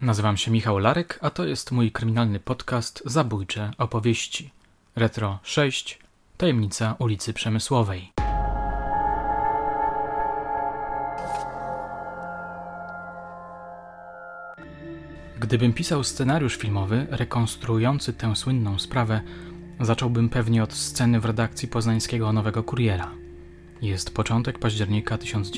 Nazywam się Michał Larek, a to jest mój kryminalny podcast Zabójcze opowieści. Retro 6. Tajemnica ulicy Przemysłowej. Gdybym pisał scenariusz filmowy rekonstruujący tę słynną sprawę, zacząłbym pewnie od sceny w redakcji poznańskiego Nowego Kuriera. Jest początek października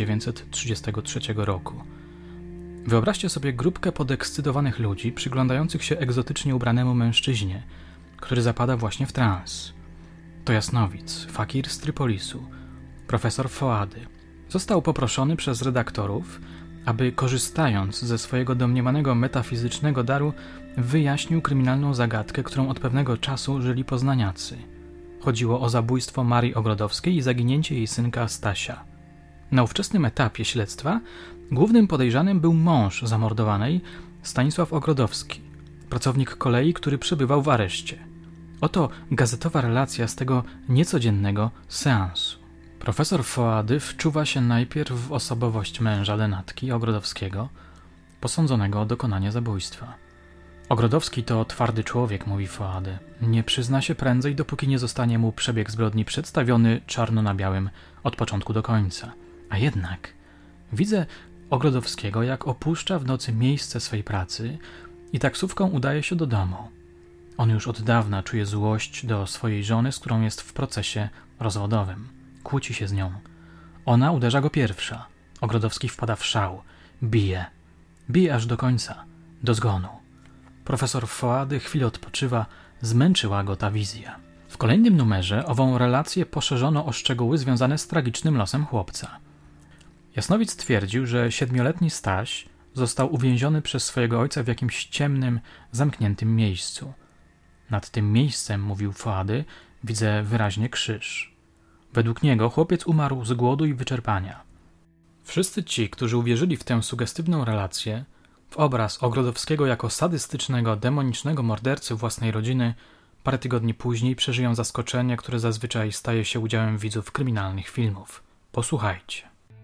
1933 roku. Wyobraźcie sobie grupkę podekscytowanych ludzi przyglądających się egzotycznie ubranemu mężczyźnie, który zapada właśnie w trans. To jasnowic, fakir z Trypolisu, profesor Foady. Został poproszony przez redaktorów, aby korzystając ze swojego domniemanego metafizycznego daru wyjaśnił kryminalną zagadkę, którą od pewnego czasu żyli poznaniacy. Chodziło o zabójstwo Marii Ogrodowskiej i zaginięcie jej synka Stasia. Na ówczesnym etapie śledztwa głównym podejrzanym był mąż zamordowanej, Stanisław Ogrodowski, pracownik kolei, który przebywał w areszcie. Oto gazetowa relacja z tego niecodziennego seansu. Profesor Foady wczuwa się najpierw w osobowość męża denatki Ogrodowskiego, posądzonego o dokonanie zabójstwa. Ogrodowski to twardy człowiek, mówi Foady. Nie przyzna się prędzej, dopóki nie zostanie mu przebieg zbrodni przedstawiony czarno na białym od początku do końca. A jednak widzę Ogrodowskiego, jak opuszcza w nocy miejsce swej pracy i taksówką udaje się do domu. On już od dawna czuje złość do swojej żony, z którą jest w procesie rozwodowym. Kłóci się z nią. Ona uderza go pierwsza. Ogrodowski wpada w szał. Bije. Bije aż do końca. Do zgonu. Profesor Foady chwilę odpoczywa, zmęczyła go ta wizja. W kolejnym numerze ową relację poszerzono o szczegóły związane z tragicznym losem chłopca. Jasnowic twierdził, że 7-letni Staś został uwięziony przez swojego ojca w jakimś ciemnym, zamkniętym miejscu. Nad tym miejscem, mówił Foady, widzę wyraźnie krzyż. Według niego chłopiec umarł z głodu i wyczerpania. Wszyscy ci, którzy uwierzyli w tę sugestywną relację, w obraz Ogrodowskiego jako sadystycznego, demonicznego mordercy własnej rodziny, parę tygodni później przeżyją zaskoczenie, które zazwyczaj staje się udziałem widzów kryminalnych filmów. Posłuchajcie.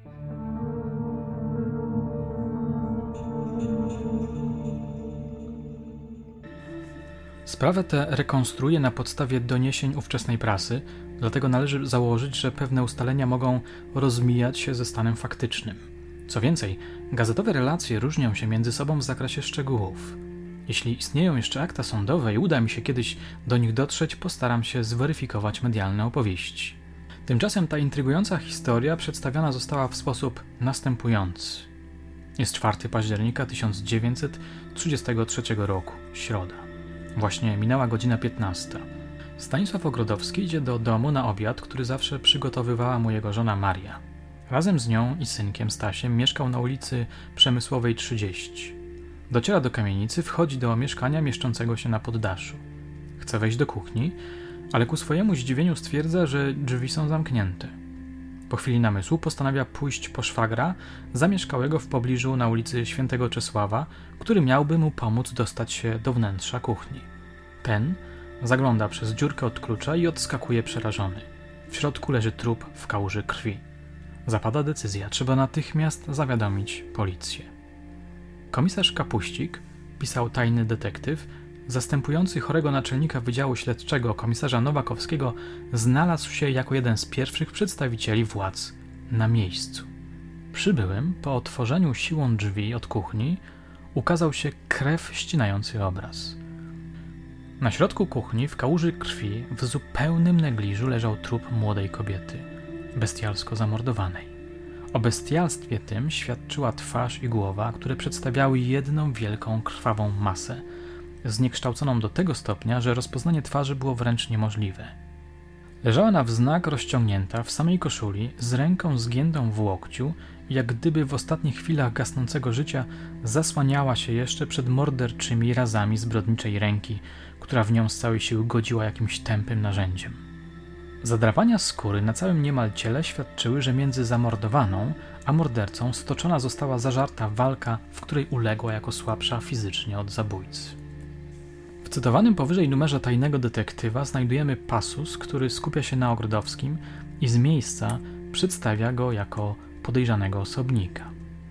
Sprawę tę rekonstruuje na podstawie doniesień ówczesnej prasy, dlatego należy założyć, że pewne ustalenia mogą rozmijać się ze stanem faktycznym. Co więcej, gazetowe relacje różnią się między sobą w zakresie szczegółów. Jeśli istnieją jeszcze akta sądowe i uda mi się kiedyś do nich dotrzeć, postaram się zweryfikować medialne opowieści. Tymczasem ta intrygująca historia przedstawiona została w sposób następujący. Jest 4 października 1933 roku, środa. Właśnie minęła godzina 15. Stanisław Ogrodowski idzie do domu na obiad, który zawsze przygotowywała mu jego żona Maria. Razem z nią i synkiem Stasiem mieszkał na ulicy Przemysłowej 30. Dociera do kamienicy, wchodzi do mieszkania mieszczącego się na poddaszu. Chce wejść do kuchni, ale ku swojemu zdziwieniu stwierdza, że drzwi są zamknięte. Po chwili namysłu postanawia pójść po szwagra zamieszkałego w pobliżu na ulicy Świętego Czesława, który miałby mu pomóc dostać się do wnętrza kuchni. Ten zagląda przez dziurkę od klucza i odskakuje przerażony. W środku leży trup w kałuży krwi. Zapada decyzja, trzeba natychmiast zawiadomić policję. Komisarz Kapuścik, pisał tajny detektyw, zastępujący chorego naczelnika Wydziału Śledczego komisarza Nowakowskiego, znalazł się jako jeden z pierwszych przedstawicieli władz na miejscu. Przybyłym, po otworzeniu siłą drzwi od kuchni, ukazał się krew ścinający obraz. Na środku kuchni, w kałuży krwi, w zupełnym negliżu leżał trup młodej kobiety, bestialsko zamordowanej. O bestialstwie tym świadczyła twarz i głowa, które przedstawiały jedną wielką krwawą masę, zniekształconą do tego stopnia, że rozpoznanie twarzy było wręcz niemożliwe. Leżała na wznak rozciągnięta w samej koszuli, z ręką zgiętą w łokciu, jak gdyby w ostatnich chwilach gasnącego życia zasłaniała się jeszcze przed morderczymi razami zbrodniczej ręki, która w nią z całej siły godziła jakimś tępym narzędziem. Zadrapania skóry na całym niemal ciele świadczyły, że między zamordowaną a mordercą stoczona została zażarta walka, w której uległa jako słabsza fizycznie od zabójcy. W cytowanym powyżej numerze tajnego detektywa znajdujemy pasus, który skupia się na Ogrodowskim i z miejsca przedstawia go jako podejrzanego osobnika.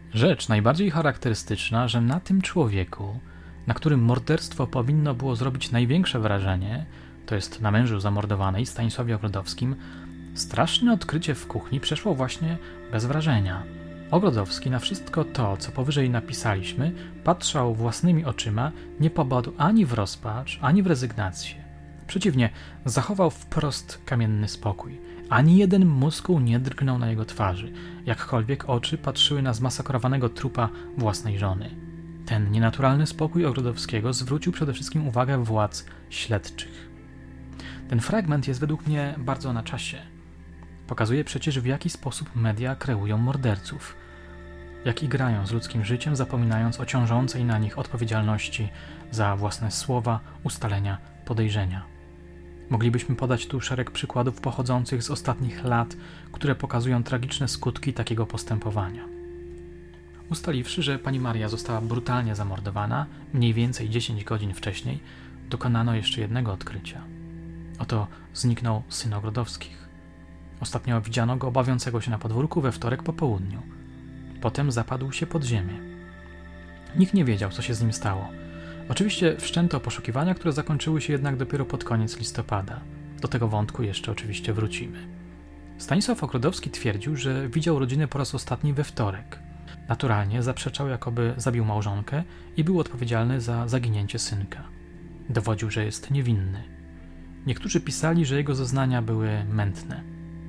Rzecz najbardziej charakterystyczna, że na tym człowieku, na którym morderstwo powinno było zrobić największe wrażenie, to jest na mężu zamordowanej Stanisławie Ogrodowskim, straszne odkrycie w kuchni przeszło właśnie bez wrażenia. Ogrodowski na wszystko to, co powyżej napisaliśmy, patrzał własnymi oczyma, nie popadł ani w rozpacz, ani w rezygnację. Przeciwnie, zachował wprost kamienny spokój. Ani jeden muskuł nie drgnął na jego twarzy, jakkolwiek oczy patrzyły na zmasakrowanego trupa własnej żony. Ten nienaturalny spokój Ogrodowskiego zwrócił przede wszystkim uwagę władz śledczych. Ten fragment jest według mnie bardzo na czasie. Pokazuje przecież, w jaki sposób media kreują morderców. Jak igrają z ludzkim życiem, zapominając o ciążącej na nich odpowiedzialności za własne słowa, ustalenia, podejrzenia. Moglibyśmy podać tu szereg przykładów pochodzących z ostatnich lat, które pokazują tragiczne skutki takiego postępowania. Ustaliwszy, że pani Maria została brutalnie zamordowana, mniej więcej 10 godzin wcześniej, dokonano jeszcze jednego odkrycia. Oto zniknął syn Ogrodowskich. Ostatnio widziano go bawiącego się na podwórku we wtorek po południu. Potem zapadł się pod ziemię. Nikt nie wiedział, co się z nim stało. Oczywiście wszczęto poszukiwania, które zakończyły się jednak dopiero pod koniec listopada. Do tego wątku jeszcze oczywiście wrócimy. Stanisław Ogrodowski twierdził, że widział rodzinę po raz ostatni we wtorek. Naturalnie zaprzeczał, jakoby zabił małżonkę i był odpowiedzialny za zaginięcie synka. Dowodził, że jest niewinny. Niektórzy pisali, że jego zeznania były mętne.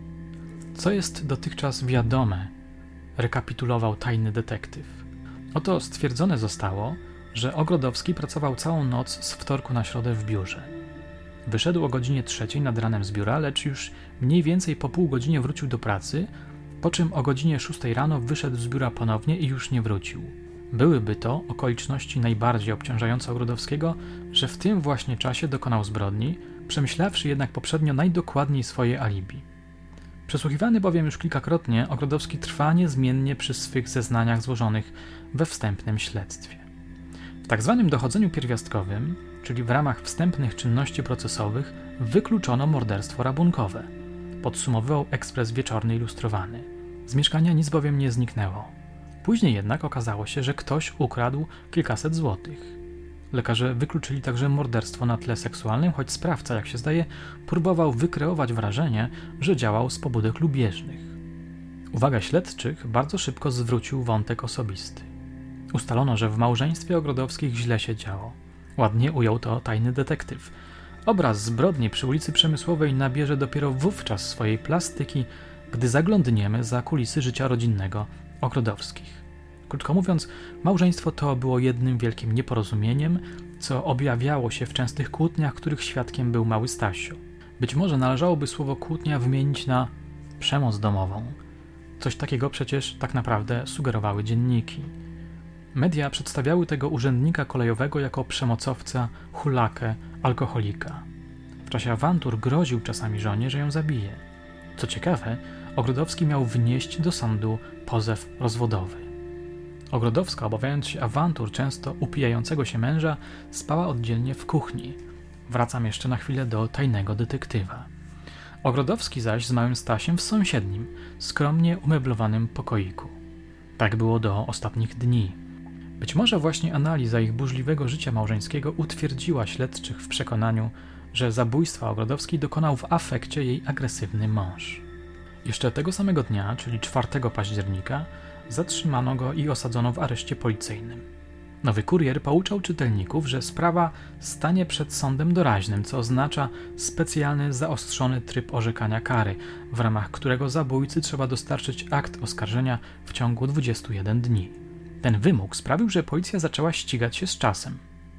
Co jest dotychczas wiadome, rekapitulował tajny detektyw. Oto stwierdzone zostało, że Ogrodowski pracował całą noc z wtorku na środę w biurze. Wyszedł o godzinie 3 nad ranem z biura, lecz już mniej więcej po pół godzinie wrócił do pracy, po czym o godzinie 6 rano wyszedł z biura ponownie i już nie wrócił. Byłyby to okoliczności najbardziej obciążające Ogrodowskiego, że w tym właśnie czasie dokonał zbrodni, przemyślawszy jednak poprzednio najdokładniej swoje alibi. Przesłuchiwany bowiem już kilkakrotnie, Ogrodowski trwa niezmiennie przy swych zeznaniach złożonych we wstępnym śledztwie. W tak zwanym dochodzeniu pierwiastkowym, czyli w ramach wstępnych czynności procesowych, wykluczono morderstwo rabunkowe. Podsumowywał Ekspres Wieczorny Ilustrowany. Z mieszkania nic bowiem nie zniknęło. Później jednak okazało się, że ktoś ukradł kilkaset złotych. Lekarze wykluczyli także morderstwo na tle seksualnym, choć sprawca, jak się zdaje, próbował wykreować wrażenie, że działał z pobudek lubieżnych. Uwaga śledczych bardzo szybko zwrócił wątek osobisty. Ustalono, że w małżeństwie Ogrodowskich źle się działo. Ładnie ujął to tajny detektyw. Obraz zbrodni przy ulicy Przemysłowej nabierze dopiero wówczas swojej plastyki, gdy zaglądniemy za kulisy życia rodzinnego Ogrodowskich. Krótko mówiąc, małżeństwo to było jednym wielkim nieporozumieniem, co objawiało się w częstych kłótniach, których świadkiem był mały Stasio. Być może należałoby słowo kłótnia wymienić na przemoc domową. Coś takiego przecież tak naprawdę sugerowały dzienniki. Media przedstawiały tego urzędnika kolejowego jako przemocowca, hulakę, alkoholika. W czasie awantur groził czasami żonie, że ją zabije. Co ciekawe, Ogrodowski miał wnieść do sądu pozew rozwodowy. Ogrodowska, obawiając się awantur często upijającego się męża, spała oddzielnie w kuchni. Wracam jeszcze na chwilę do tajnego detektywa. Ogrodowski zaś z małym Stasiem w sąsiednim, skromnie umeblowanym pokoiku. Tak było do ostatnich dni. Być może właśnie analiza ich burzliwego życia małżeńskiego utwierdziła śledczych w przekonaniu, że zabójstwa Ogrodowskiej dokonał w afekcie jej agresywny mąż. Jeszcze tego samego dnia, czyli 4 października, zatrzymano go i osadzono w areszcie policyjnym. Nowy Kurier pouczał czytelników, że sprawa stanie przed sądem doraźnym, co oznacza specjalny, zaostrzony tryb orzekania kary, w ramach którego zabójcy trzeba dostarczyć akt oskarżenia w ciągu 21 dni. Ten wymóg sprawił, że policja zaczęła ścigać się z czasem.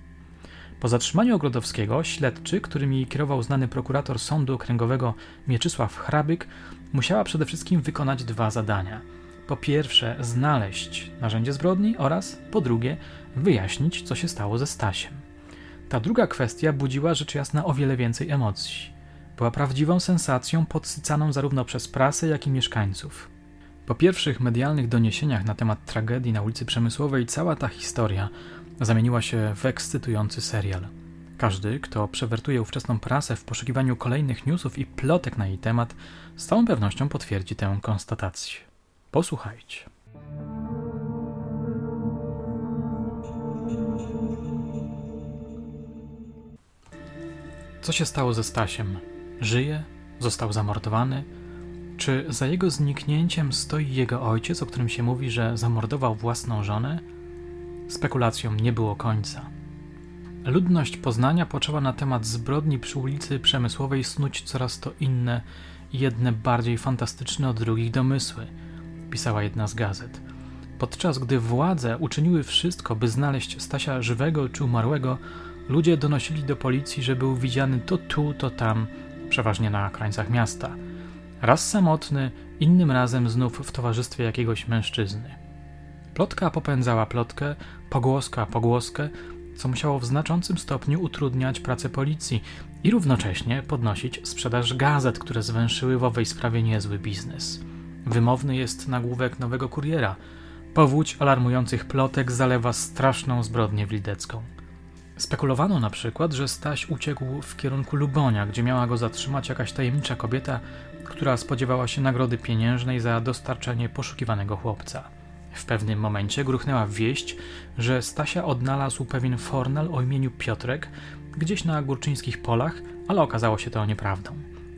Po zatrzymaniu Ogrodowskiego śledczy, którymi kierował znany prokurator Sądu Okręgowego Mieczysław Hrabyk, musiała przede wszystkim wykonać 2 zadania. Po pierwsze, znaleźć narzędzie zbrodni oraz, po drugie, wyjaśnić, co się stało ze Stasiem. Ta druga kwestia budziła rzecz jasna o wiele więcej emocji. Była prawdziwą sensacją podsycaną zarówno przez prasę, jak i mieszkańców. Po pierwszych medialnych doniesieniach na temat tragedii na ulicy Przemysłowej cała ta historia zamieniła się w ekscytujący serial. Każdy, kto przewertuje ówczesną prasę w poszukiwaniu kolejnych newsów i plotek na jej temat, z całą pewnością potwierdzi tę konstatację. Posłuchajcie. Co się stało ze Stasiem? Żyje? Został zamordowany? Czy za jego zniknięciem stoi jego ojciec, o którym się mówi, że zamordował własną żonę? Spekulacjom nie było końca. Ludność Poznania poczęła na temat zbrodni przy ulicy Przemysłowej snuć coraz to inne, jedne bardziej fantastyczne od drugich domysły, pisała jedna z gazet. Podczas gdy władze uczyniły wszystko, by znaleźć Stasia żywego czy umarłego, ludzie donosili do policji, że był widziany to tu, to tam, przeważnie na krańcach miasta. Raz samotny, innym razem znów w towarzystwie jakiegoś mężczyzny. Plotka popędzała plotkę, pogłoska pogłoskę, co musiało w znaczącym stopniu utrudniać pracę policji i równocześnie podnosić sprzedaż gazet, które zwęszyły w owej sprawie niezły biznes. Wymowny jest nagłówek Nowego Kuriera. Powódź alarmujących plotek zalewa straszną zbrodnię wildecką. Spekulowano na przykład, że Staś uciekł w kierunku Lubonia, gdzie miała go zatrzymać jakaś tajemnicza kobieta, która spodziewała się nagrody pieniężnej za dostarczenie poszukiwanego chłopca. W pewnym momencie gruchnęła wieść, że Stasia odnalazł pewien fornal o imieniu Piotrek gdzieś na górczyńskich polach, ale okazało się to nieprawdą.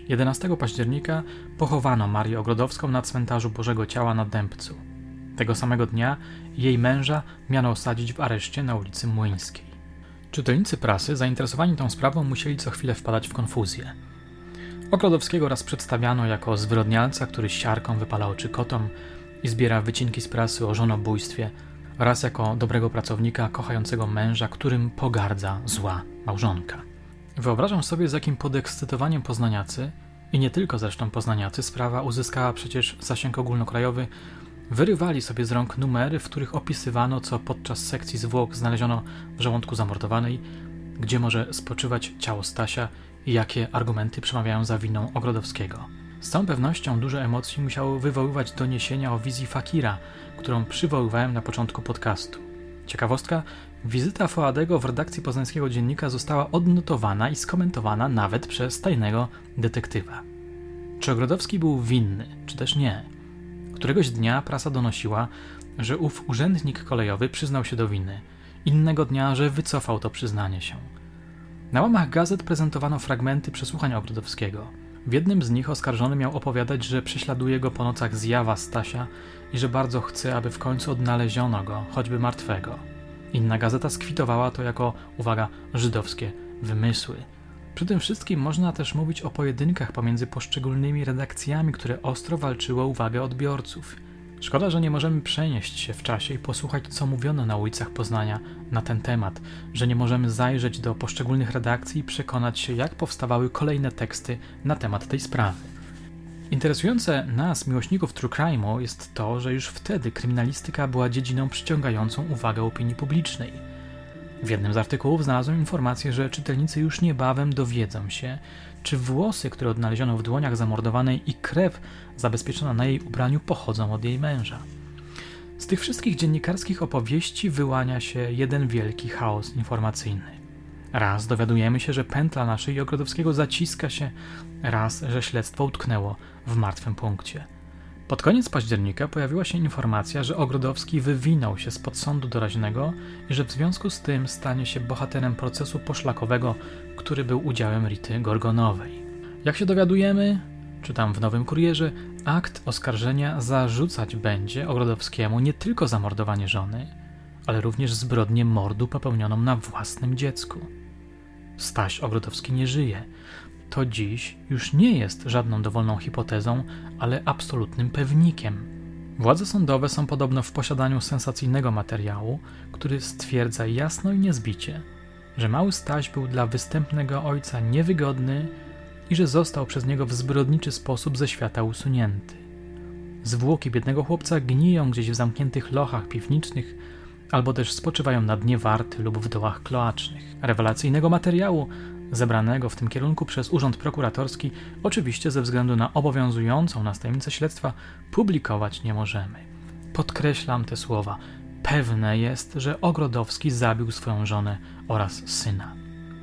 11 października pochowano Marię Ogrodowską na cmentarzu Bożego Ciała na Dębcu. Tego samego dnia jej męża miano osadzić w areszcie na ulicy Młyńskiej. Czytelnicy prasy zainteresowani tą sprawą musieli co chwilę wpadać w konfuzję. Ogrodowskiego raz przedstawiano jako zwyrodnialca, który siarką wypala oczy kotom i zbiera wycinki z prasy o żonobójstwie, raz jako dobrego pracownika kochającego męża, którym pogardza zła małżonka. Wyobrażam sobie, z jakim podekscytowaniem poznaniacy, i nie tylko zresztą poznaniacy, sprawa uzyskała przecież zasięg ogólnokrajowy, wyrywali sobie z rąk numery, w których opisywano, co podczas sekcji zwłok znaleziono w żołądku zamordowanej, gdzie może spoczywać ciało Stasia i jakie argumenty przemawiają za winą Ogrodowskiego. Z całą pewnością duże emocji musiały wywoływać doniesienia o wizji fakira, którą przywoływałem na początku podcastu. Ciekawostka, wizyta Foadego w redakcji poznańskiego dziennika została odnotowana i skomentowana nawet przez tajnego detektywa. Czy Ogrodowski był winny, czy też nie? Któregoś dnia prasa donosiła, że ów urzędnik kolejowy przyznał się do winy. Innego dnia, że wycofał to przyznanie się. Na łamach gazet prezentowano fragmenty przesłuchań Ogrodowskiego. W jednym z nich oskarżony miał opowiadać, że prześladuje go po nocach zjawa Stasia i że bardzo chce, aby w końcu odnaleziono go, choćby martwego. Inna gazeta skwitowała to jako, uwaga, żydowskie wymysły. Przy tym wszystkim można też mówić o pojedynkach pomiędzy poszczególnymi redakcjami, które ostro walczyły o uwagę odbiorców. Szkoda, że nie możemy przenieść się w czasie i posłuchać, co mówiono na ulicach Poznania na ten temat, że nie możemy zajrzeć do poszczególnych redakcji i przekonać się, jak powstawały kolejne teksty na temat tej sprawy. Interesujące nas, miłośników true crime'u, jest to, że już wtedy kryminalistyka była dziedziną przyciągającą uwagę opinii publicznej. W jednym z artykułów znalazłem informację, że czytelnicy już niebawem dowiedzą się, czy włosy, które odnaleziono w dłoniach zamordowanej i krew zabezpieczona na jej ubraniu pochodzą od jej męża. Z tych wszystkich dziennikarskich opowieści wyłania się jeden wielki chaos informacyjny. Raz dowiadujemy się, że pętla na szyi Ogrodowskiego zaciska się, raz, że śledztwo utknęło w martwym punkcie. Pod koniec października pojawiła się informacja, że Ogrodowski wywinął się spod sądu doraźnego i że w związku z tym stanie się bohaterem procesu poszlakowego, który był udziałem Rity Gorgonowej. Jak się dowiadujemy, czytam w Nowym Kurierze, akt oskarżenia zarzucać będzie Ogrodowskiemu nie tylko zamordowanie żony, ale również zbrodnię mordu popełnioną na własnym dziecku. Staś Ogrodowski nie żyje. To dziś już nie jest żadną dowolną hipotezą, ale absolutnym pewnikiem. Władze sądowe są podobno w posiadaniu sensacyjnego materiału, który stwierdza jasno i niezbicie, że mały Staś był dla występnego ojca niewygodny i że został przez niego w zbrodniczy sposób ze świata usunięty. Zwłoki biednego chłopca gniją gdzieś w zamkniętych lochach piwniczych, albo też spoczywają na dnie warty lub w dołach kloacznych. Rewelacyjnego materiału zebranego w tym kierunku przez Urząd Prokuratorski, oczywiście ze względu na obowiązującą nas tajemnicę śledztwa, publikować nie możemy. Podkreślam te słowa. Pewne jest, że Ogrodowski zabił swoją żonę oraz syna.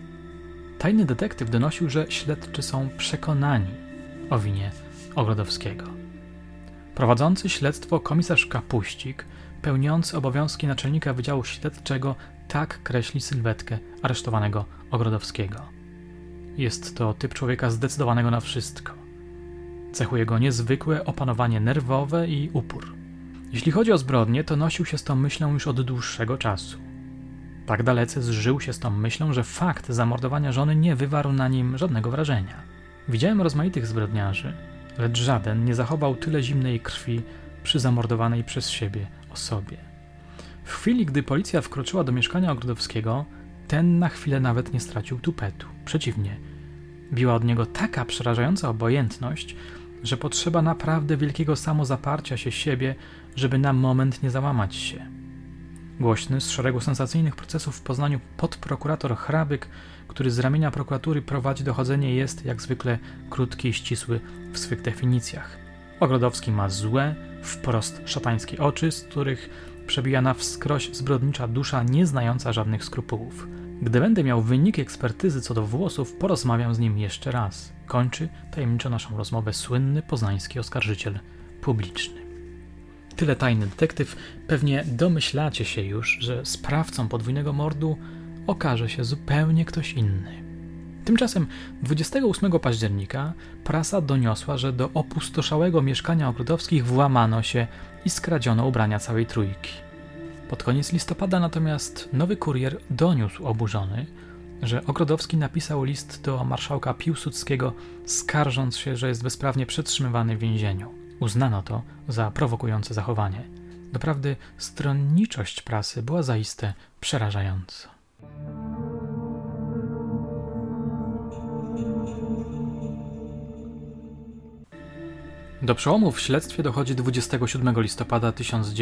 Tajny detektyw donosił, że śledczy są przekonani o winie Ogrodowskiego. Prowadzący śledztwo komisarz Kapuścik, pełniący obowiązki naczelnika Wydziału Śledczego, tak kreśli sylwetkę aresztowanego Ogrodowskiego. Jest to typ człowieka zdecydowanego na wszystko. Cechuje go niezwykłe opanowanie nerwowe i upór. Jeśli chodzi o zbrodnię, to nosił się z tą myślą już od dłuższego czasu. Tak dalece zżył się z tą myślą, że fakt zamordowania żony nie wywarł na nim żadnego wrażenia. Widziałem rozmaitych zbrodniarzy, lecz żaden nie zachował tyle zimnej krwi przy zamordowanej przez siebie osobie. W chwili, gdy policja wkroczyła do mieszkania Ogrodowskiego, ten na chwilę nawet nie stracił tupetu. Przeciwnie, biła od niego taka przerażająca obojętność, że potrzeba naprawdę wielkiego samozaparcia się siebie, żeby na moment nie załamać się. Głośny z szeregu sensacyjnych procesów w Poznaniu podprokurator Hrabyk, który z ramienia prokuratury prowadzi dochodzenie, jest jak zwykle krótki i ścisły w swych definicjach. Ogrodowski ma złe, wprost szatańskie oczy, z których przebija na wskroś zbrodnicza dusza nie znająca żadnych skrupułów. Gdy będę miał wyniki ekspertyzy co do włosów, porozmawiam z nim jeszcze raz. Kończy tajemniczo naszą rozmowę słynny poznański oskarżyciel publiczny. Tyle tajny detektyw, pewnie domyślacie się już, że sprawcą podwójnego mordu okaże się zupełnie ktoś inny. Tymczasem 28 października prasa doniosła, że do opustoszałego mieszkania Ogrodowskich włamano się i skradziono ubrania całej trójki. Pod koniec listopada natomiast nowy kurier doniósł oburzony, że Ogrodowski napisał list do marszałka Piłsudskiego, skarżąc się, że jest bezprawnie przetrzymywany w więzieniu. Uznano to za prowokujące zachowanie. Doprawdy stronniczość prasy była zaiste przerażająca. Do przełomu w śledztwie dochodzi 27 listopada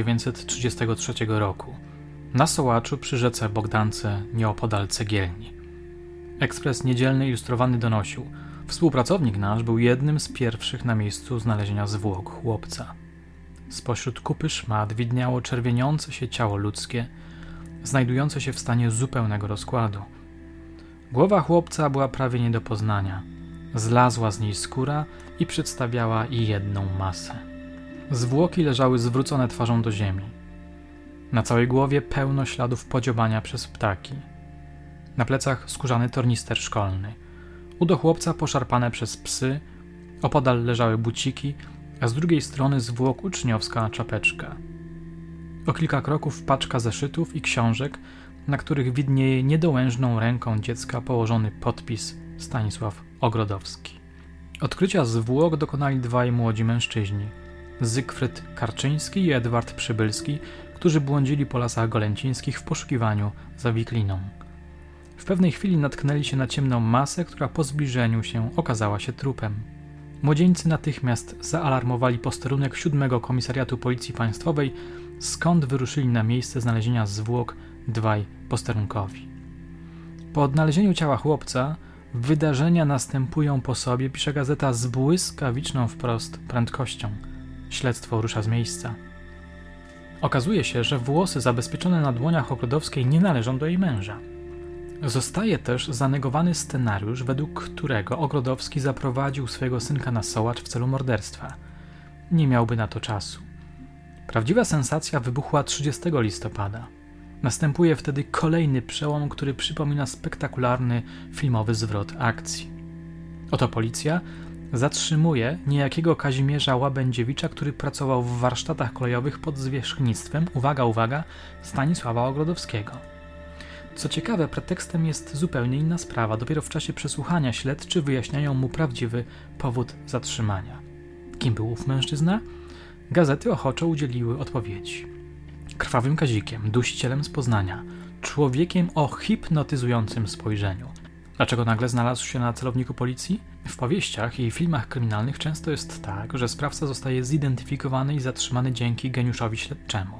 1933 roku. Na Sołaczu przy rzece Bogdance nieopodal Cegielni. Ekspres niedzielny ilustrowany donosił: współpracownik nasz był jednym z pierwszych na miejscu znalezienia zwłok chłopca. Spośród kupy szmat widniało czerwieniące się ciało ludzkie, znajdujące się w stanie zupełnego rozkładu. Głowa chłopca była prawie nie do poznania. Zlazła z niej skóra i przedstawiała jedną masę. Zwłoki leżały zwrócone twarzą do ziemi. Na całej głowie pełno śladów podziobania przez ptaki. Na plecach skórzany tornister szkolny. Udo chłopca poszarpane przez psy, opodal leżały buciki, a z drugiej strony zwłok uczniowska czapeczka. O kilka kroków paczka zeszytów i książek, na których widnieje niedołężną ręką dziecka położony podpis Stanisław Ogrodowski. Odkrycia zwłok dokonali dwaj młodzi mężczyźni, Zygfryd Karczyński i Edward Przybylski, którzy błądzili po lasach golęcińskich w poszukiwaniu za wikliną. W pewnej chwili natknęli się na ciemną masę, która po zbliżeniu się okazała się trupem. Młodzieńcy natychmiast zaalarmowali posterunek 7 Komisariatu Policji Państwowej, skąd wyruszyli na miejsce znalezienia zwłok dwaj posterunkowi. Po odnalezieniu ciała chłopca wydarzenia następują po sobie, pisze gazeta z błyskawiczną wprost prędkością. Śledztwo rusza z miejsca. Okazuje się, że włosy zabezpieczone na dłoniach Ogrodowskiej nie należą do jej męża. Zostaje też zanegowany scenariusz, według którego Ogrodowski zaprowadził swojego synka na Sołacz w celu morderstwa. Nie miałby na to czasu. Prawdziwa sensacja wybuchła 30 listopada. Następuje wtedy kolejny przełom, który przypomina spektakularny filmowy zwrot akcji. Oto policja zatrzymuje niejakiego Kazimierza Łabędziewicza, który pracował w warsztatach kolejowych pod zwierzchnictwem, uwaga, Stanisława Ogrodowskiego. Co ciekawe, pretekstem jest zupełnie inna sprawa. Dopiero w czasie przesłuchania śledczy wyjaśniają mu prawdziwy powód zatrzymania. Kim był ów mężczyzna? Gazety ochoczo udzieliły odpowiedzi. Krwawym Kazikiem, dusicielem z Poznania, człowiekiem o hipnotyzującym spojrzeniu. Dlaczego nagle znalazł się na celowniku policji? W powieściach i filmach kryminalnych często jest tak, że sprawca zostaje zidentyfikowany i zatrzymany dzięki geniuszowi śledczemu.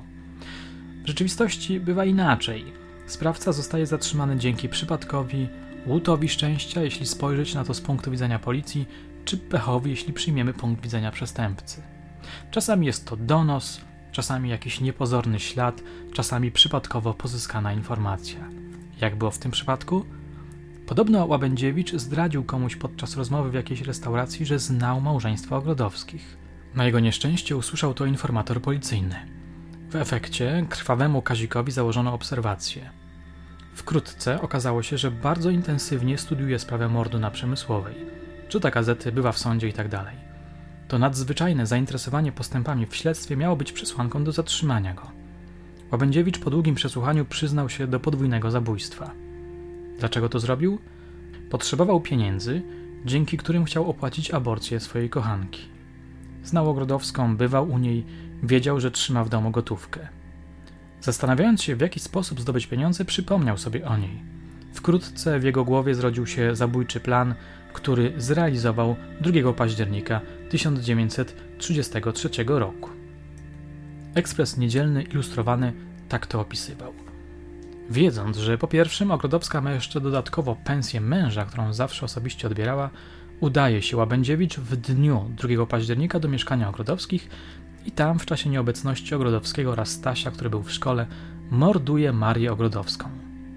W rzeczywistości bywa inaczej. Sprawca zostaje zatrzymany dzięki przypadkowi, łutowi szczęścia, jeśli spojrzeć na to z punktu widzenia policji, czy pechowi, jeśli przyjmiemy punkt widzenia przestępcy. Czasami jest to donos, czasami jakiś niepozorny ślad, czasami przypadkowo pozyskana informacja. Jak było w tym przypadku? Podobno Łabędziewicz zdradził komuś podczas rozmowy w jakiejś restauracji, że znał małżeństwo Ogrodowskich. Na jego nieszczęście usłyszał to informator policyjny. W efekcie krwawemu Kazikowi założono obserwację. Wkrótce okazało się, że bardzo intensywnie studiuje sprawę mordu na Przemysłowej. Czyta gazety, bywa w sądzie itd. To nadzwyczajne zainteresowanie postępami w śledztwie miało być przesłanką do zatrzymania go. Łabędziewicz po długim przesłuchaniu przyznał się do podwójnego zabójstwa. Dlaczego to zrobił? Potrzebował pieniędzy, dzięki którym chciał opłacić aborcję swojej kochanki. Znał Ogrodowską, bywał u niej, wiedział, że trzyma w domu gotówkę. Zastanawiając się, w jaki sposób zdobyć pieniądze, przypomniał sobie o niej. Wkrótce w jego głowie zrodził się zabójczy plan, który zrealizował 2 października 1933 roku. Ekspres Niedzielny Ilustrowany tak to opisywał. Wiedząc, że po pierwszym Ogrodowska ma jeszcze dodatkowo pensję męża, którą zawsze osobiście odbierała, udaje się Łabędziewicz w dniu 2 października do mieszkania Ogrodowskich i tam w czasie nieobecności Ogrodowskiego oraz Stasia, który był w szkole, morduje Marię Ogrodowską,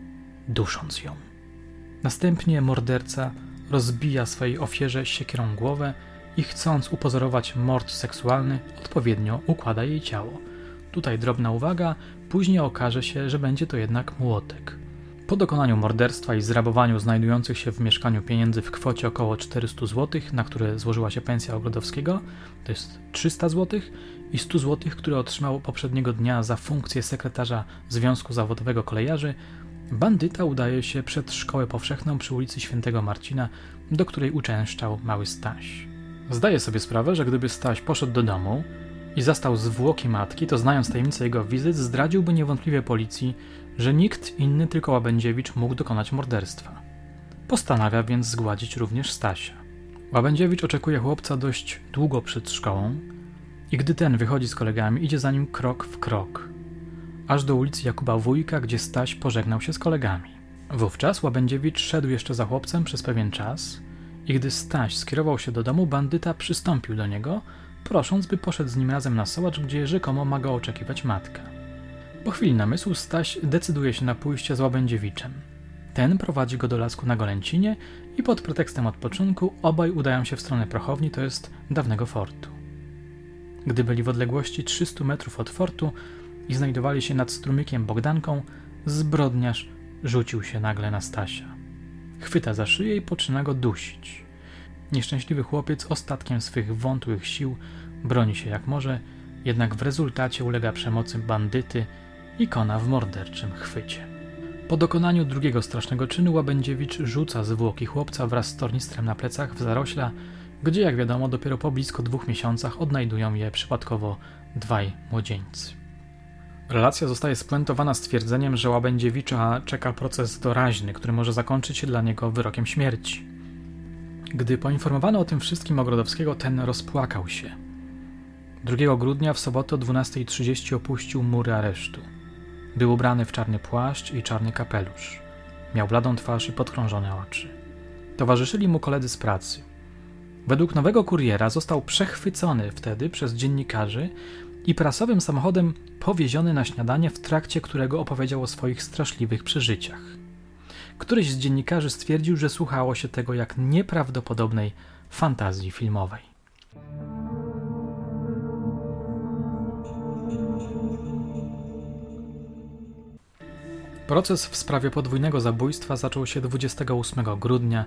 dusząc ją. Następnie morderca rozbija swojej ofierze siekierą głowę i chcąc upozorować mord seksualny, odpowiednio układa jej ciało. Tutaj drobna uwaga, później okaże się, że będzie to jednak młotek. Po dokonaniu morderstwa i zrabowaniu znajdujących się w mieszkaniu pieniędzy w kwocie około 400 zł, na które złożyła się pensja Ogrodowskiego, to jest 300 zł, i 100 zł, które otrzymał poprzedniego dnia za funkcję sekretarza Związku Zawodowego Kolejarzy, bandyta udaje się przed szkołę powszechną przy ulicy Świętego Marcina, do której uczęszczał mały Staś. Zdaje sobie sprawę, że gdyby Staś poszedł do domu i zastał zwłoki matki, to znając tajemnicę jego wizyt, zdradziłby niewątpliwie policji, że nikt inny, tylko Łabędziewicz mógł dokonać morderstwa. Postanawia więc zgładzić również Stasia. Łabędziewicz oczekuje chłopca dość długo przed szkołą i gdy ten wychodzi z kolegami, idzie za nim krok w krok, aż do ulicy Jakuba Wójka, gdzie Staś pożegnał się z kolegami. Wówczas Łabędziewicz szedł jeszcze za chłopcem przez pewien czas i gdy Staś skierował się do domu, bandyta przystąpił do niego, prosząc, by poszedł z nim razem na sołacz, gdzie rzekomo ma go oczekiwać matka. Po chwili namysłu Staś decyduje się na pójście z Łabędziewiczem. Ten prowadzi go do lasku na Golęcinie i pod pretekstem odpoczynku obaj udają się w stronę prochowni, to jest dawnego fortu. Gdy byli w odległości 300 metrów od fortu i znajdowali się nad strumykiem Bogdanką, zbrodniarz rzucił się nagle na Stasia. Chwyta za szyję i poczyna go dusić. Nieszczęśliwy chłopiec ostatkiem swych wątłych sił broni się jak może, jednak w rezultacie ulega przemocy bandyty i kona w morderczym chwycie. Po dokonaniu drugiego strasznego czynu Łabędziewicz rzuca zwłoki chłopca wraz z tornistrem na plecach w zarośla, gdzie jak wiadomo dopiero po blisko 2 miesiącach odnajdują je przypadkowo 2 młodzieńcy. Relacja zostaje spuentowana stwierdzeniem, że Łabędziewicza czeka proces doraźny, który może zakończyć się dla niego wyrokiem śmierci. Gdy poinformowano o tym wszystkim Ogrodowskiego, ten rozpłakał się. 2 grudnia w sobotę o 12:30 opuścił mury aresztu. Był ubrany w czarny płaszcz i czarny kapelusz. Miał bladą twarz i podkrążone oczy. Towarzyszyli mu koledzy z pracy. Według Nowego Kuriera został przechwycony wtedy przez dziennikarzy i prasowym samochodem powieziony na śniadanie, w trakcie którego opowiedział o swoich straszliwych przeżyciach. Któryś z dziennikarzy stwierdził, że słuchało się tego jak nieprawdopodobnej fantazji filmowej. Proces w sprawie podwójnego zabójstwa zaczął się 28 grudnia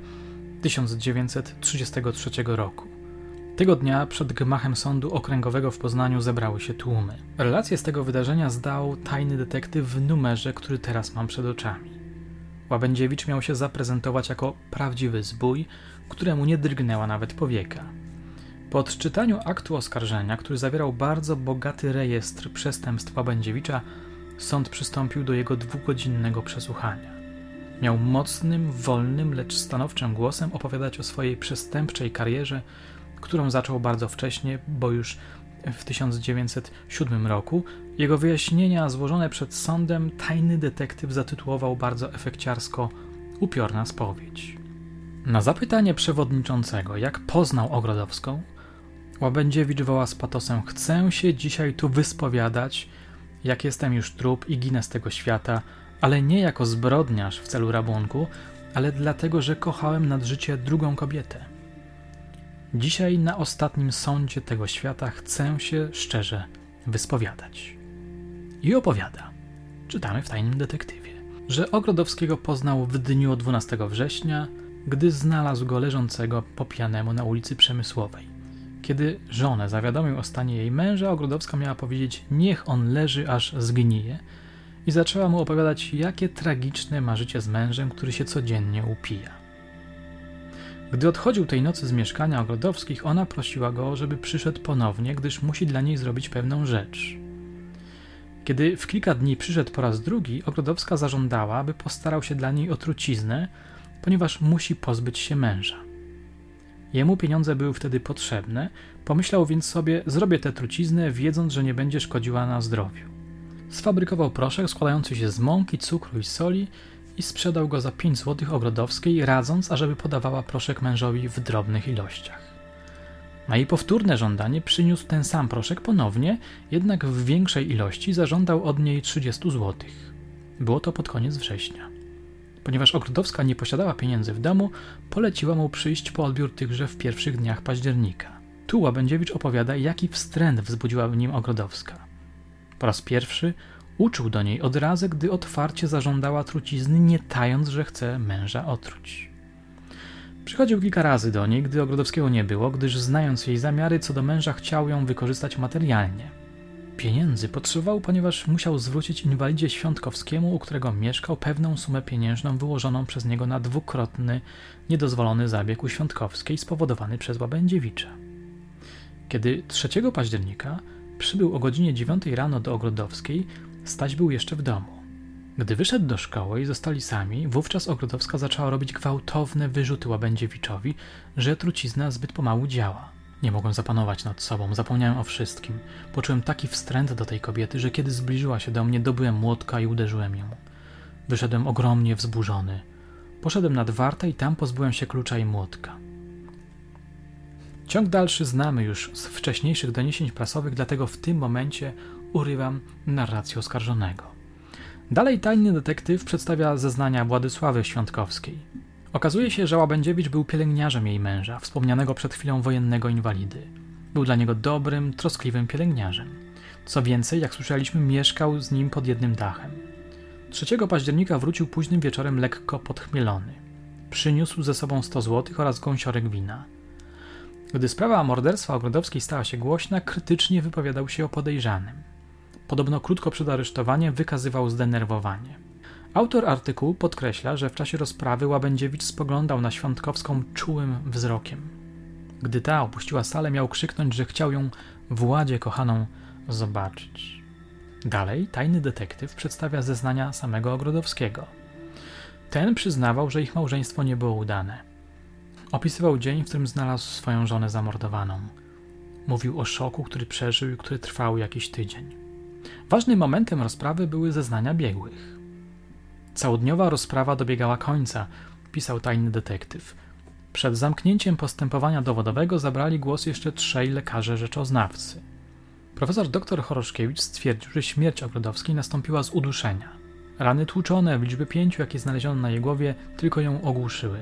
1933 roku. Tego dnia przed gmachem Sądu Okręgowego w Poznaniu zebrały się tłumy. Relację z tego wydarzenia zdał tajny detektyw w numerze, który teraz mam przed oczami. Łabędziewicz miał się zaprezentować jako prawdziwy zbój, któremu nie drgnęła nawet powieka. Po odczytaniu aktu oskarżenia, który zawierał bardzo bogaty rejestr przestępstw Łabędziewicza, sąd przystąpił do jego 2-godzinnego przesłuchania. Miał mocnym, wolnym, lecz stanowczym głosem opowiadać o swojej przestępczej karierze, którą zaczął bardzo wcześnie, bo już w 1907 roku. Jego wyjaśnienia złożone przed sądem tajny detektyw zatytułował bardzo efekciarsko „Upiorna spowiedź”. Na zapytanie przewodniczącego, jak poznał Ogrodowską, Łabędziewicz woła z patosem: „Chcę się dzisiaj tu wyspowiadać, jak jestem już trup i ginę z tego świata, ale nie jako zbrodniarz w celu rabunku, ale dlatego, że kochałem nad życie drugą kobietę. Dzisiaj na ostatnim sądzie tego świata chcę się szczerze wyspowiadać”. I opowiada. Czytamy w Tajnym Detektywie. że Ogrodowskiego poznał w dniu 12 września, gdy znalazł go leżącego po pijanemu na ulicy Przemysłowej. Kiedy żonę zawiadomił o stanie jej męża, Ogrodowska miała powiedzieć: niech on leży, aż zgnije, i zaczęła mu opowiadać, jakie tragiczne ma życie z mężem, który się codziennie upija. Gdy odchodził tej nocy z mieszkania Ogrodowskich, ona prosiła go, żeby przyszedł ponownie, gdyż musi dla niej zrobić pewną rzecz. Kiedy w kilka dni przyszedł po raz drugi, Ogrodowska zażądała, aby postarał się dla niej o truciznę, ponieważ musi pozbyć się męża. Jemu pieniądze były wtedy potrzebne, pomyślał więc sobie: zrobię tę truciznę, wiedząc, że nie będzie szkodziła na zdrowiu. Sfabrykował proszek składający się z mąki, cukru i soli i sprzedał go za 5 zł Ogrodowskiej, radząc, ażeby podawała proszek mężowi w drobnych ilościach. Na jej powtórne żądanie przyniósł ten sam proszek ponownie, jednak w większej ilości zażądał od niej 30 zł. Było to pod koniec września. Ponieważ Ogrodowska nie posiadała pieniędzy w domu, poleciła mu przyjść po odbiór tychże w pierwszych dniach października. Tu Łabędziewicz opowiada, jaki wstręt wzbudziła w nim Ogrodowska. Po raz pierwszy uczuł do niej odrazę, gdy otwarcie zażądała trucizny, nie tając, że chce męża otruć. Przychodził kilka razy do niej, gdy Ogrodowskiego nie było, gdyż znając jej zamiary co do męża, chciał ją wykorzystać materialnie. Pieniędzy potrzebował, ponieważ musiał zwrócić inwalidzie Świątkowskiemu, u którego mieszkał, pewną sumę pieniężną wyłożoną przez niego na dwukrotny, niedozwolony zabieg u Świątkowskiej spowodowany przez Łabędziewicza. Kiedy 3 października przybył o godzinie 9 rano do Ogrodowskiej, Staś był jeszcze w domu. Gdy wyszedł do szkoły i zostali sami, wówczas Ogrodowska zaczęła robić gwałtowne wyrzuty Łabędziewiczowi, że trucizna zbyt pomału działa. Nie mogłem zapanować nad sobą, zapomniałem o wszystkim. Poczułem taki wstręt do tej kobiety, że kiedy zbliżyła się do mnie, dobyłem młotka i uderzyłem ją. Wyszedłem ogromnie wzburzony. Poszedłem nad wartę i tam pozbyłem się klucza i młotka. Ciąg dalszy znamy już z wcześniejszych doniesień prasowych, dlatego w tym momencie urywam narrację oskarżonego. Dalej tajny detektyw przedstawia zeznania Władysławy Świątkowskiej. Okazuje się, że Łabędziewicz był pielęgniarzem jej męża, wspomnianego przed chwilą wojennego inwalidy. Był dla niego dobrym, troskliwym pielęgniarzem. Co więcej, jak słyszeliśmy, mieszkał z nim pod jednym dachem. 3 października wrócił późnym wieczorem lekko podchmielony. Przyniósł ze sobą 100 zł oraz gąsiorek wina. Gdy sprawa morderstwa Ogrodowskiej stała się głośna, krytycznie wypowiadał się o podejrzanym. Podobno krótko przed aresztowaniem wykazywał zdenerwowanie. Autor artykułu podkreśla, że w czasie rozprawy Łabędziewicz spoglądał na Świątkowską czułym wzrokiem. Gdy ta opuściła salę, miał krzyknąć, że chciał ją Władzie kochaną zobaczyć. Dalej tajny detektyw przedstawia zeznania samego Ogrodowskiego. Ten przyznawał, że ich małżeństwo nie było udane. Opisywał dzień, w którym znalazł swoją żonę zamordowaną. Mówił o szoku, który przeżył i który trwał jakiś tydzień. Ważnym momentem rozprawy były zeznania biegłych. Całodniowa rozprawa dobiegała końca, pisał tajny detektyw. Przed zamknięciem postępowania dowodowego zabrali głos jeszcze 3 lekarze rzeczoznawcy. Profesor dr Choroszkiewicz stwierdził, że śmierć Ogrodowskiej nastąpiła z uduszenia. Rany tłuczone w liczbie 5, jakie znaleziono na jej głowie, tylko ją ogłuszyły.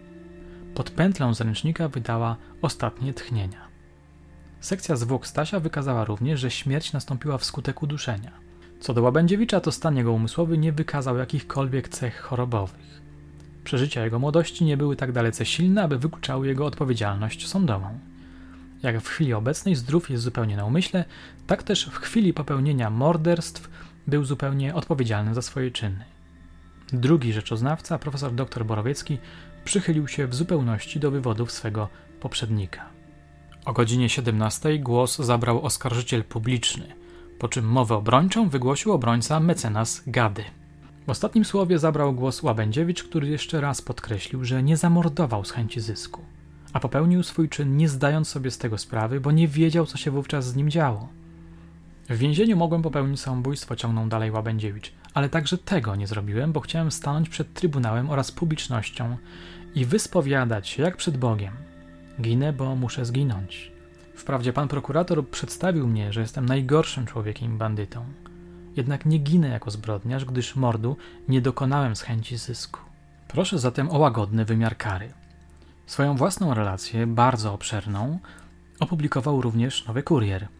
Pod pętlą z ręcznika wydała ostatnie tchnienia. Sekcja zwłok Stasia wykazała również, że śmierć nastąpiła wskutek uduszenia. Co do Łabędziewicza, to stan jego umysłowy nie wykazał jakichkolwiek cech chorobowych. Przeżycia jego młodości nie były tak dalece silne, aby wykluczały jego odpowiedzialność sądową. Jak w chwili obecnej zdrów jest zupełnie na umyśle, tak też w chwili popełnienia morderstw był zupełnie odpowiedzialny za swoje czyny. Drugi rzeczoznawca, profesor dr Borowiecki, przychylił się w zupełności do wywodów swego poprzednika. O godzinie 17 głos zabrał oskarżyciel publiczny, po czym mowę obrończą wygłosił obrońca mecenas Gady. W ostatnim słowie zabrał głos Łabędziewicz, który jeszcze raz podkreślił, że nie zamordował z chęci zysku, a popełnił swój czyn nie zdając sobie z tego sprawy, bo nie wiedział, co się wówczas z nim działo. W więzieniu mogłem popełnić samobójstwo, ciągnął dalej Łabędziewicz, ale także tego nie zrobiłem, bo chciałem stanąć przed trybunałem oraz publicznością i wyspowiadać się jak przed Bogiem. Ginę, bo muszę zginąć. Wprawdzie pan prokurator przedstawił mnie, że jestem najgorszym człowiekiem i bandytą. Jednak nie ginę jako zbrodniarz, gdyż mordu nie dokonałem z chęci zysku. Proszę zatem o łagodny wymiar kary. Swoją własną relację, bardzo obszerną, opublikował również Nowy Kurier.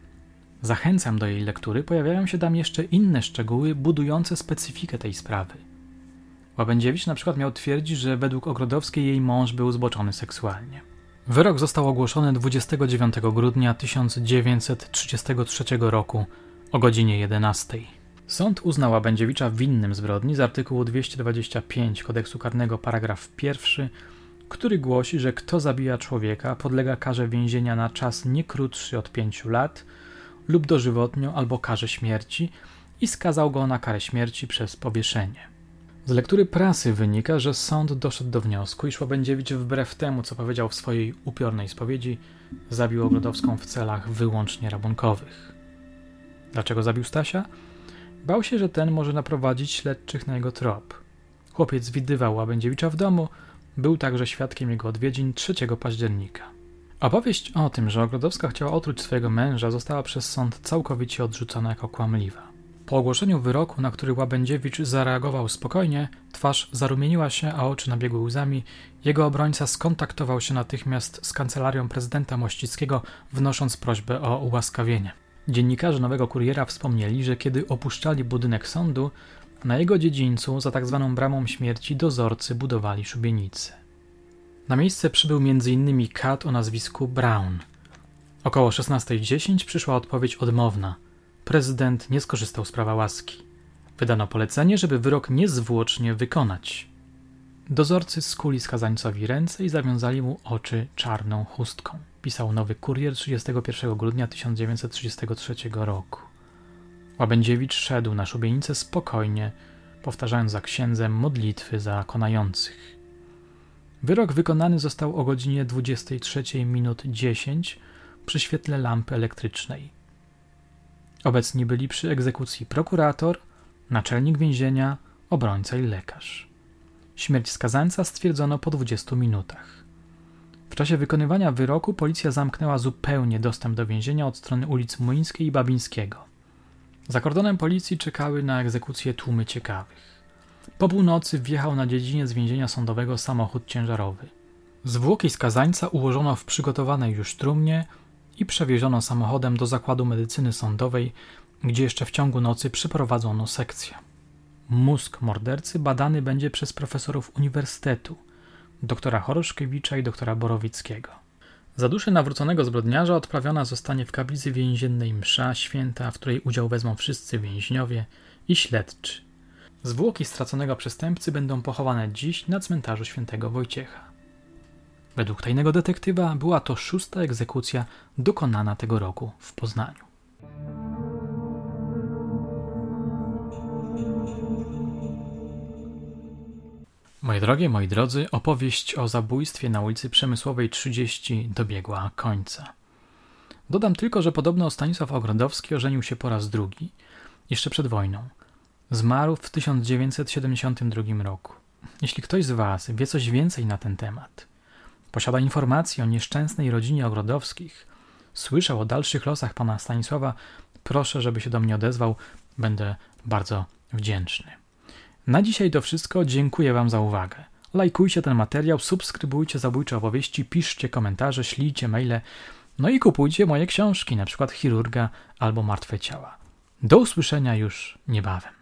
Zachęcam do jej lektury, pojawiają się tam jeszcze inne szczegóły budujące specyfikę tej sprawy. Łabędziewicz na przykład miał twierdzić, że według Ogrodowskiej jej mąż był zboczony seksualnie. Wyrok został ogłoszony 29 grudnia 1933 roku o godzinie 11. Sąd uznał Łabędziewicza winnym zbrodni z artykułu 225 Kodeksu Karnego paragraf 1, który głosi, że kto zabija człowieka, podlega karze więzienia na czas nie krótszy od 5 lat lub dożywotnio albo karze śmierci i skazał go na karę śmierci przez powieszenie. Z lektury prasy wynika, że sąd doszedł do wniosku, iż Łabędziewicz wbrew temu, co powiedział w swojej upiornej spowiedzi, zabił Ogrodowską w celach wyłącznie rabunkowych. Dlaczego zabił Stasia? Bał się, że ten może naprowadzić śledczych na jego trop. Chłopiec widywał Łabędziewicza w domu, był także świadkiem jego odwiedzin 3 października. Opowieść o tym, że Ogrodowska chciała otruć swojego męża, została przez sąd całkowicie odrzucona jako kłamliwa. Po ogłoszeniu wyroku, na który Łabędziewicz zareagował spokojnie, twarz zarumieniła się, a oczy nabiegły łzami, jego obrońca skontaktował się natychmiast z kancelarią prezydenta Mościckiego, wnosząc prośbę o ułaskawienie. Dziennikarze Nowego Kuriera wspomnieli, że kiedy opuszczali budynek sądu, na jego dziedzińcu, za tzw. bramą śmierci, dozorcy budowali szubienicę. Na miejsce przybył m.in. kat o nazwisku Brown. Około 16:10 przyszła odpowiedź odmowna. Prezydent nie skorzystał z prawa łaski. Wydano polecenie, żeby wyrok niezwłocznie wykonać. Dozorcy skuli skazańcowi ręce i zawiązali mu oczy czarną chustką, pisał Nowy Kurier 31 grudnia 1933 roku. Łabędziewicz szedł na szubienicę spokojnie, powtarzając za księdzem modlitwy za konających. Wyrok wykonany został o godzinie 23:10 przy świetle lampy elektrycznej. Obecni byli przy egzekucji prokurator, naczelnik więzienia, obrońca i lekarz. Śmierć skazańca stwierdzono po 20 minutach. W czasie wykonywania wyroku policja zamknęła zupełnie dostęp do więzienia od strony ulic Młyńskiej i Babińskiego. Za kordonem policji czekały na egzekucję tłumy ciekawych. Po północy wjechał na dziedziniec więzienia sądowego samochód ciężarowy. Zwłoki skazańca ułożono w przygotowanej już trumnie i przewieziono samochodem do Zakładu Medycyny Sądowej, gdzie jeszcze w ciągu nocy przeprowadzono sekcję. Mózg mordercy badany będzie przez profesorów uniwersytetu, doktora Choroszkiewicza i doktora Borowickiego. Za duszę nawróconego zbrodniarza odprawiona zostanie w kaplicy więziennej msza święta, w której udział wezmą wszyscy więźniowie i śledczy. Zwłoki straconego przestępcy będą pochowane dziś na cmentarzu Świętego Wojciecha. Według tajnego detektywa była to 6. egzekucja dokonana tego roku w Poznaniu. Moje drogie, moi drodzy, opowieść o zabójstwie na ulicy Przemysłowej 30 dobiegła końca. Dodam tylko, że podobno Stanisław Ogrodowski ożenił się po raz drugi, jeszcze przed wojną. Zmarł w 1972 roku. Jeśli ktoś z Was wie coś więcej na ten temat, posiada informacje o nieszczęsnej rodzinie Ogrodowskich, słyszał o dalszych losach pana Stanisława, proszę, żeby się do mnie odezwał, będę bardzo wdzięczny. Na dzisiaj to wszystko, dziękuję Wam za uwagę. Lajkujcie ten materiał, subskrybujcie Zabójcze Opowieści, piszcie komentarze, ślijcie maile, no i kupujcie moje książki, na przykład Chirurga albo Martwe Ciała. Do usłyszenia już niebawem.